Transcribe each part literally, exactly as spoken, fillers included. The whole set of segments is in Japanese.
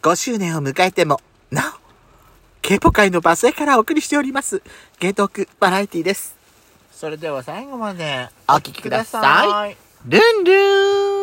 ごしゅうねんを迎えてもなお K-ポップ 界のバスへからお送りしておりますゲートークバラエティです。 それでは最後までお聞きください。ルンルン。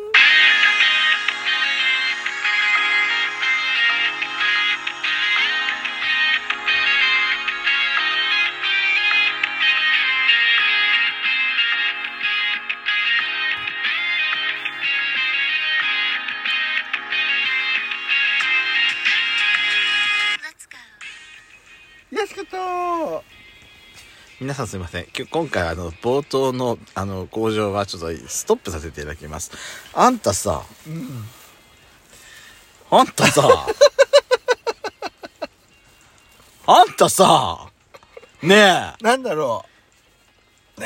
よしこと皆さんすいません。今日今回あの冒頭のあの向上はちょっとストップさせていただきます。あんたさ、 うん、 あんたさあんたさねえなんだろう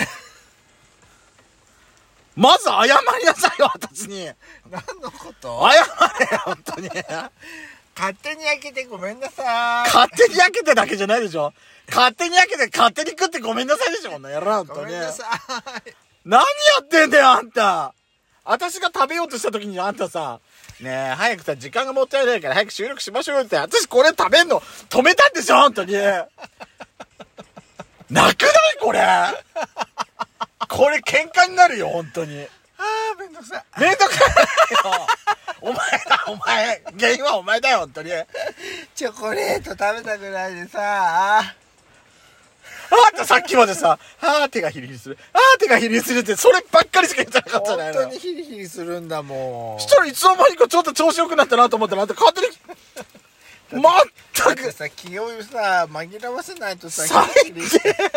まず謝りなさいよ私に。 何のこと？ 謝れよ本当に勝手に開けてごめんなさい。 勝手に開けてだけじゃないでしょ。勝手に開けて勝手に食ってごめんなさいでしょ。こんなやらんとね。 ごめんなさい。 何やってんだよあんた。私が食べようとした時にあんたさ、ねえ早くさ時間がもったいないから早く収録しましょうよって、私これ食べんの止めたんでしょ本当に。なくないこれ。これ喧嘩になるよ本当に。 あーめんどくさい。 めんどくさいよ。お前だお前原因はお前だよ本当に。 チョコレート食べたぐらいでさ、 あんたさっきまでさ、あー手がヒリヒリする、あー手がヒリヒリするってそればっかりしか言ってなかったじゃないの。 本当にヒリヒリするんだもん。 したらいつの間にかちょっと調子良くなったなと思ったらあんた勝手にまったくさ気をさ紛らわせないとさ最低最低もいい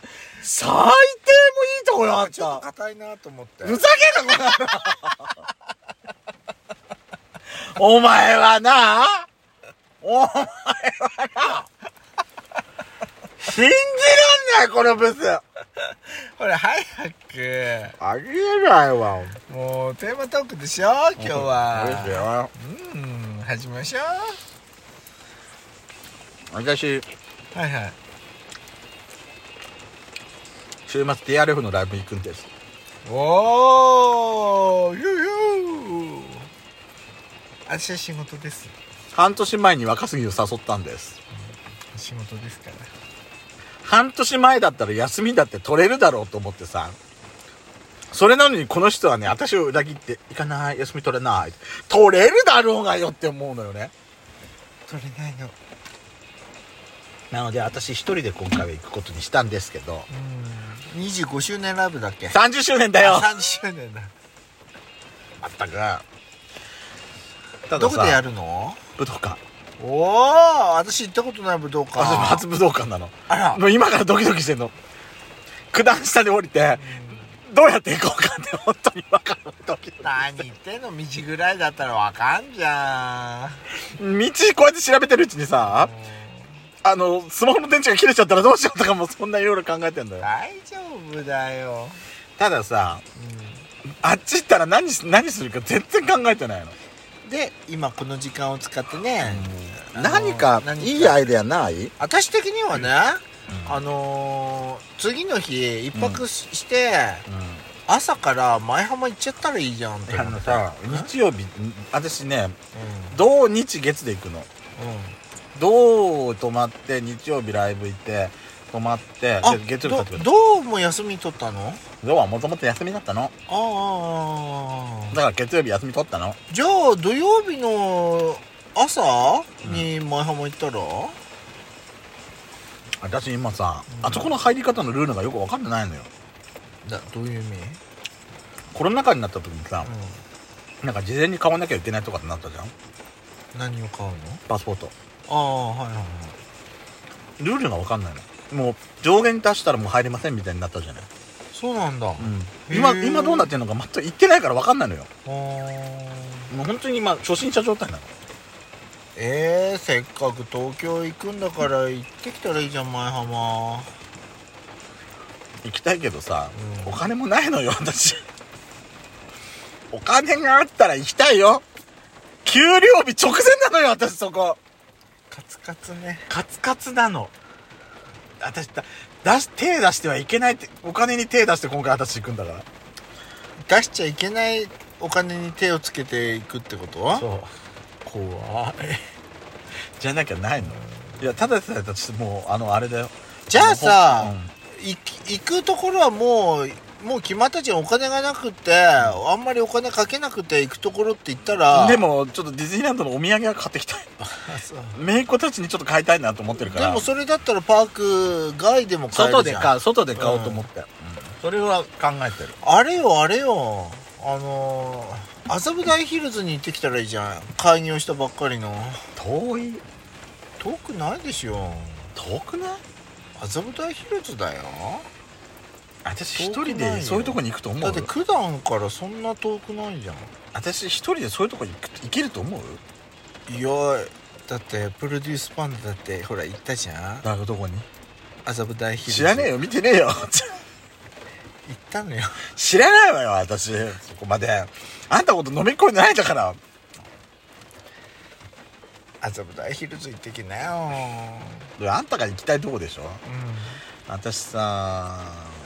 とこよあんちょっとた。 硬いなと思ってふざけんなこの野郎お前はなお前はな信じらんないこのブス。 ほら早くありえないわ。 もうテーマトークでしょ今日は。 そうですよ。 うん始めましょう。 私はいはい。 週末 ティーアールエフ のライブ行くんです。 おーゆうゆう。私は仕事です。 半年前に若杉を誘ったんです。 仕事ですから。 半年前だったら休みだって取れるだろうと思ってさ、それなのにこの人はね私を裏切って行かない、休み取れない、取れるだろうがよって思うのよね。 取れないの。 なので私一人で今回は行くことにしたんですけど、 うんにじゅうごしゅうねんライブだっけ。 さんじゅっしゅうねんだよ。 さんじゅっしゅうねんだ。 あったくたださどこでやるの？ 武道館。 おー私行ったことない武道館。 私初武道館なの。 あらもう今からドキドキしてんの。九段下で降りて、うん、どうやって行こうかって本当に分かるドキドキ。 何言ってんの。道ぐらいだったら分かんじゃん。 道こうやって調べてるうちにさ、あのスマホの電池が切れちゃったらどうしようとかもそんないろいろ考えてんだよ。 大丈夫だよ。 たださ、 うん、 あっち行ったら何何するか全然考えてないので今この時間を使ってね、 うん、何かいいアイデアない？ 私的にはね、うん、あのー、次の日一泊して、うんうん、朝から舞浜行っちゃったらいいじゃんって思って。あのさ日曜日私ね、うん、土日月で行くの、うん、土泊まって日曜日ライブ行って泊まって月曜日帰ってくる。 土も休み取ったの？ 土はもともと休みだったの。 ああだから月曜日休み取ったの。 じゃあ土曜日の朝に舞浜行ったら、うん、 私今さ、うん、あそこの入り方のルールがよく分かってないのよ。 だどういう意味？ コロナ禍になった時にさ、うん、なんか事前に買わなきゃいけないとかってなったじゃん。 何を買うの？ パスポート。 ああはいはいはい。 ルールが分かんないの。もう上限に達したらもう入れませんみたいになったじゃない。 そうなんだ、うん、 今今どうなってんのか全く言ってないから分かんないのよ。 あもう本当に今初心者状態なの。 えー、せっかく東京行くんだから行ってきたらいいじゃん舞浜。 行きたいけどさ、うん、お金もないのよ私お金があったら行きたいよ。給料日直前なのよ私そこ。 カツカツね。 カツカツなの私。だ出し手出してはいけないって。お金に手出して今回私行くんだから。 出しちゃいけないお金に手をつけていくってこと？ そう。 怖い。 じゃなきゃないの。いや、ただでさえ私もうあのあれだよ。 じゃあさ、 うん行き行くところはもうもう決まったじゃん。お金がなくて、あんまりお金かけなくて行くところって言ったら、 でもちょっとディズニーランドのお土産は買ってきたい。姪っ子たちにちょっと買いたいなと思ってるから。 でもそれだったらパーク外でも買えるじゃん。 外で買う外で買おうと思って、うん、それは考えてる。 あれよあれよ、あのー、麻布台ヒルズに行ってきたらいいじゃん。開業したばっかりの。 遠い。 遠くないでしょ。 遠くない？ 麻布台ヒルズだよ。 私一人でそういうとこに行くと思う？ だって九段からそんな遠くないじゃん。 私一人でそういうとこに行く行けると思う？ いやだってプロデュースバンドだってほら行ったじゃん。 だからどこに？ 麻布台ヒルズ。 知らねえよ、見てねえよ。 行ったのよ。 知らないわよ私、そこまで。あんたこと飲み込んでないんだから。 麻布台ヒルズ行ってきなよ。 あんたが行きたいとこでしょ。 うん、 私さ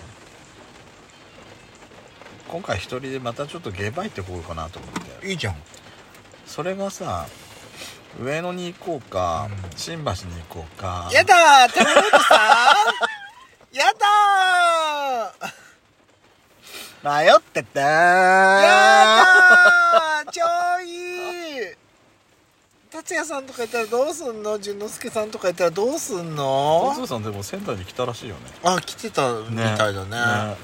今回一人でまたちょっとゲーバー行ってこようかなと思って。 いいじゃん。 それがさ、上野に行こうか、うん、新橋に行こうか。 やだー、タロートさんやだー迷っててー。 やだー超いい。達也さんとかいたらどうすんの？淳之介さんとかいたらどうすんの？ 達也さんでも仙台に来たらしいよね。 あ、来てたみたいだね。ねね、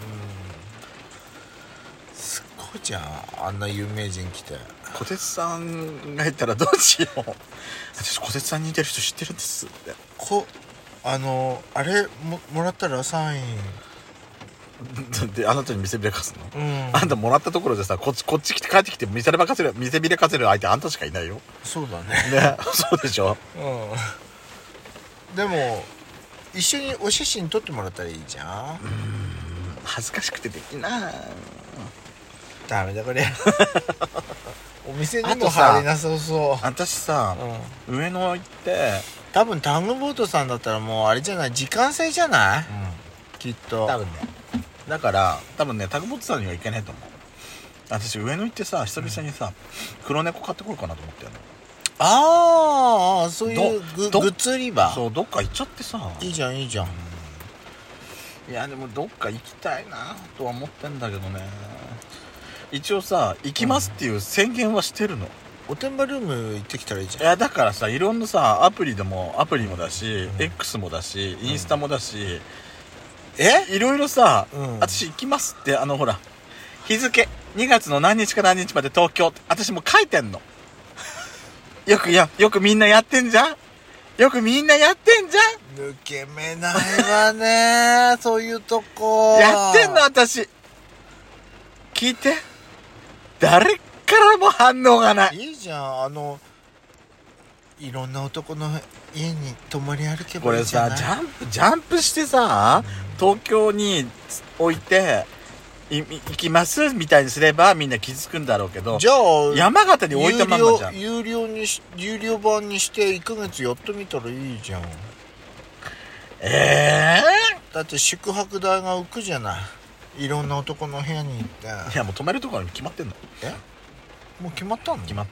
うん、すっごいじゃん、あんな有名人来て。 小鉄さんがいたらどうしよう。私小鉄さんに似てる人知ってるんですって。 こあのあれ も, もらったらサインであなたに見せびらかすの、うん、あんたもらったところでさ、こっちこっち来て帰ってきて見せびらかせる見せびらかせる相手あんたしかいないよ。 そうだね。 ね、そうでしょ。 うん。でも一緒にお写真撮ってもらったらいいじゃん。うん、 恥ずかしくてできない。 ダメだこれ。お店にも入れなさそう。 私さ、うん、上野行って多分タグボートさんだったらもうあれじゃない、時間制じゃない、うん、きっと多分ね。だから多分ねタグボートさんには行けないと思う。私上野行ってさ久々にさ、うん、黒猫買ってこようかなと思ってやるの。 ああ、そういうグッズ売り場。 そう、どっか行っちゃってさ。 いいじゃんいいじゃん、 うん、いやでもどっか行きたいなとは思ってんだけどね。一応さ行きますっていう宣言はしてるの、 うん、おてんばルーム行ってきたらいいじゃん。 いやだからさ、いろんなさアプリでもアプリもだし、うん、X もだしインスタもだし、うん、えいろいろさ、うん、私行きますって、あのほら日付にがつの何日か何日まで東京って私も書いてんの。よくやよくみんなやってんじゃん。よくみんなやってんじゃん。 抜け目ないわね。そういうとこやってんの。私聞いて、誰からも反応がない。 いいじゃん、あのいろんな男の家に泊まり歩けばこれいいじゃない。 さジャンプジャンプしてさ、うん、東京に置いてい行きますみたいにすればみんな気づくんだろうけど、 じゃあ山形に置いたまんまじゃん。 有料にし有料版にしていっかげつやってみたらいいじゃん。 ええー、だって宿泊代が浮くじゃない、いろんな男の部屋に行って。 いやもう泊まるところに決まってんの。 えもう決まったの？ 決まった。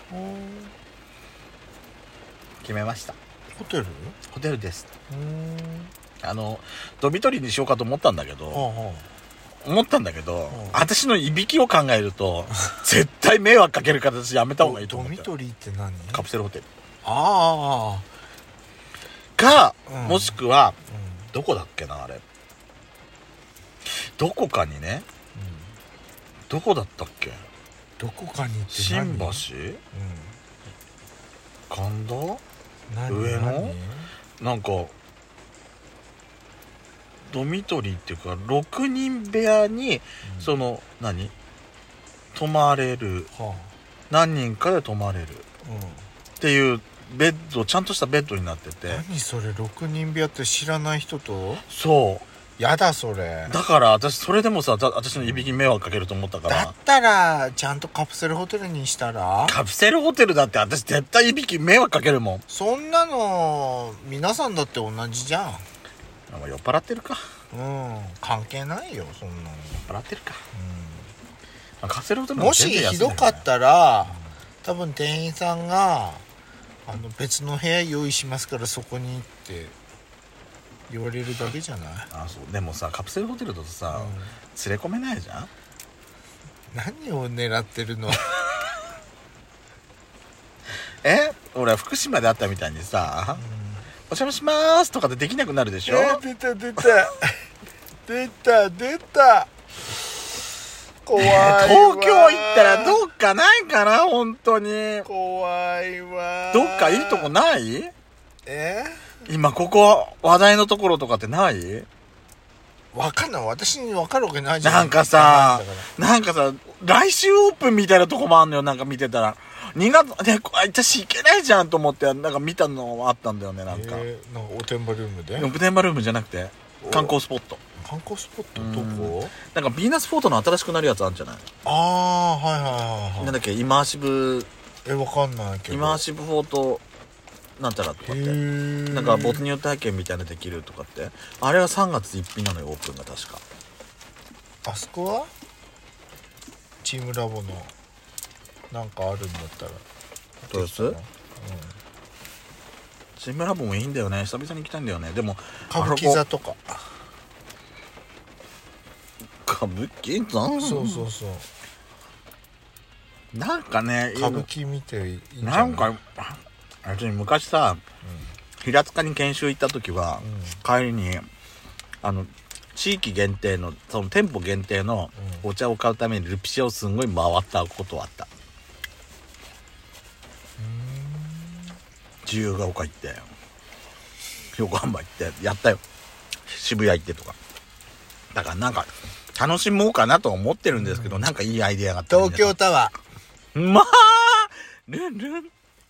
決めました。 ホテル？ ホテルです。あのドミトリーにしようかと思ったんだけど、はあはあ、思ったんだけど、はあ、私のいびきを考えると絶対迷惑かける形やめた方がいいと思って。 ドミトリーって何？ カプセルホテル。 ああか、うん、もしくは、うん、どこだっけなあれ、どこかにね、うん、どこだったっけ、 どこかにって新橋、うん、神田、上野、なんかドミトリーっていうかろくにん部屋に、うん、その何泊まれる、はあ、何人かで泊まれる、うん、っていうベッド、ちゃんとしたベッドになってて。 何それ、ろくにん部屋って知らない人と？ そうやだそれ。 だから私それでもさ、私のいびきに迷惑かけると思ったから、 だったらちゃんとカプセルホテルにしたら。 カプセルホテルだって私絶対いびき迷惑かけるもん。 そんなの皆さんだって同じじゃん。 酔っ払ってるか。 うん関係ないよそんなの。 酔っ払ってるか。うん、カプセルホテルもしひどかったら、 多分店員さんがあの別の部屋用意しますからそこにって言われるだけじゃない？ あ、そう。でもさ、カプセルホテルだとさ、うん、連れ込めないじゃん。 何を狙ってるの？ え、俺は福島であったみたいにさ、うん、お邪魔しますとかでできなくなるでしょ。 えー、出た出た出た出た怖いわ、 東京行ったらどっかないかな、本当に。 怖いわ。 どっかいいとこない？ え？ 今ここ話題のところとかってない？ わかんない。私にわかるわけないじゃん。 なんかさ、なんかさ、来週オープンみたいなとこもあんのよ。なんか見てたら。にがつ、ね、私行けないじゃんと思って、なんか見たのあったんだよね、なんか。 えー、なんかおてんばルームで？ おてんばルームじゃなくて、観光スポット。 観光スポットどこ？ なんかヴィーナスフォートの新しくなるやつあるんじゃない？ ああ、はいはいはいはい。 なんだっけ、イマーシブ。 え、わかんないけど。 イマーシブフォートなんちゃらとかって。なんか没入体験みたいなできるとかって。あれはさんがつついたちなのよ、オープンが確か。 あそこはチームラボのなんかあるんだったら。 豊洲？うん。チームラボもいいんだよね。久々に来たんだよね。でも歌舞伎座とか。 歌舞伎座？ そうそうそう。 なんかね、 歌舞伎見ていいんじゃない？ なんか私昔さ、うん、平塚に研修行った時は、うん、帰りにあの地域限定のその店舗限定のお茶を買うためにルピシアをすんごい回ったことはあった。自由が丘行って横浜行ってやったよ。渋谷行ってとか。だからなんか楽しもうかなと思ってるんですけど、うん、なんかいいアイデアがあった。 東京タワーまあルンルン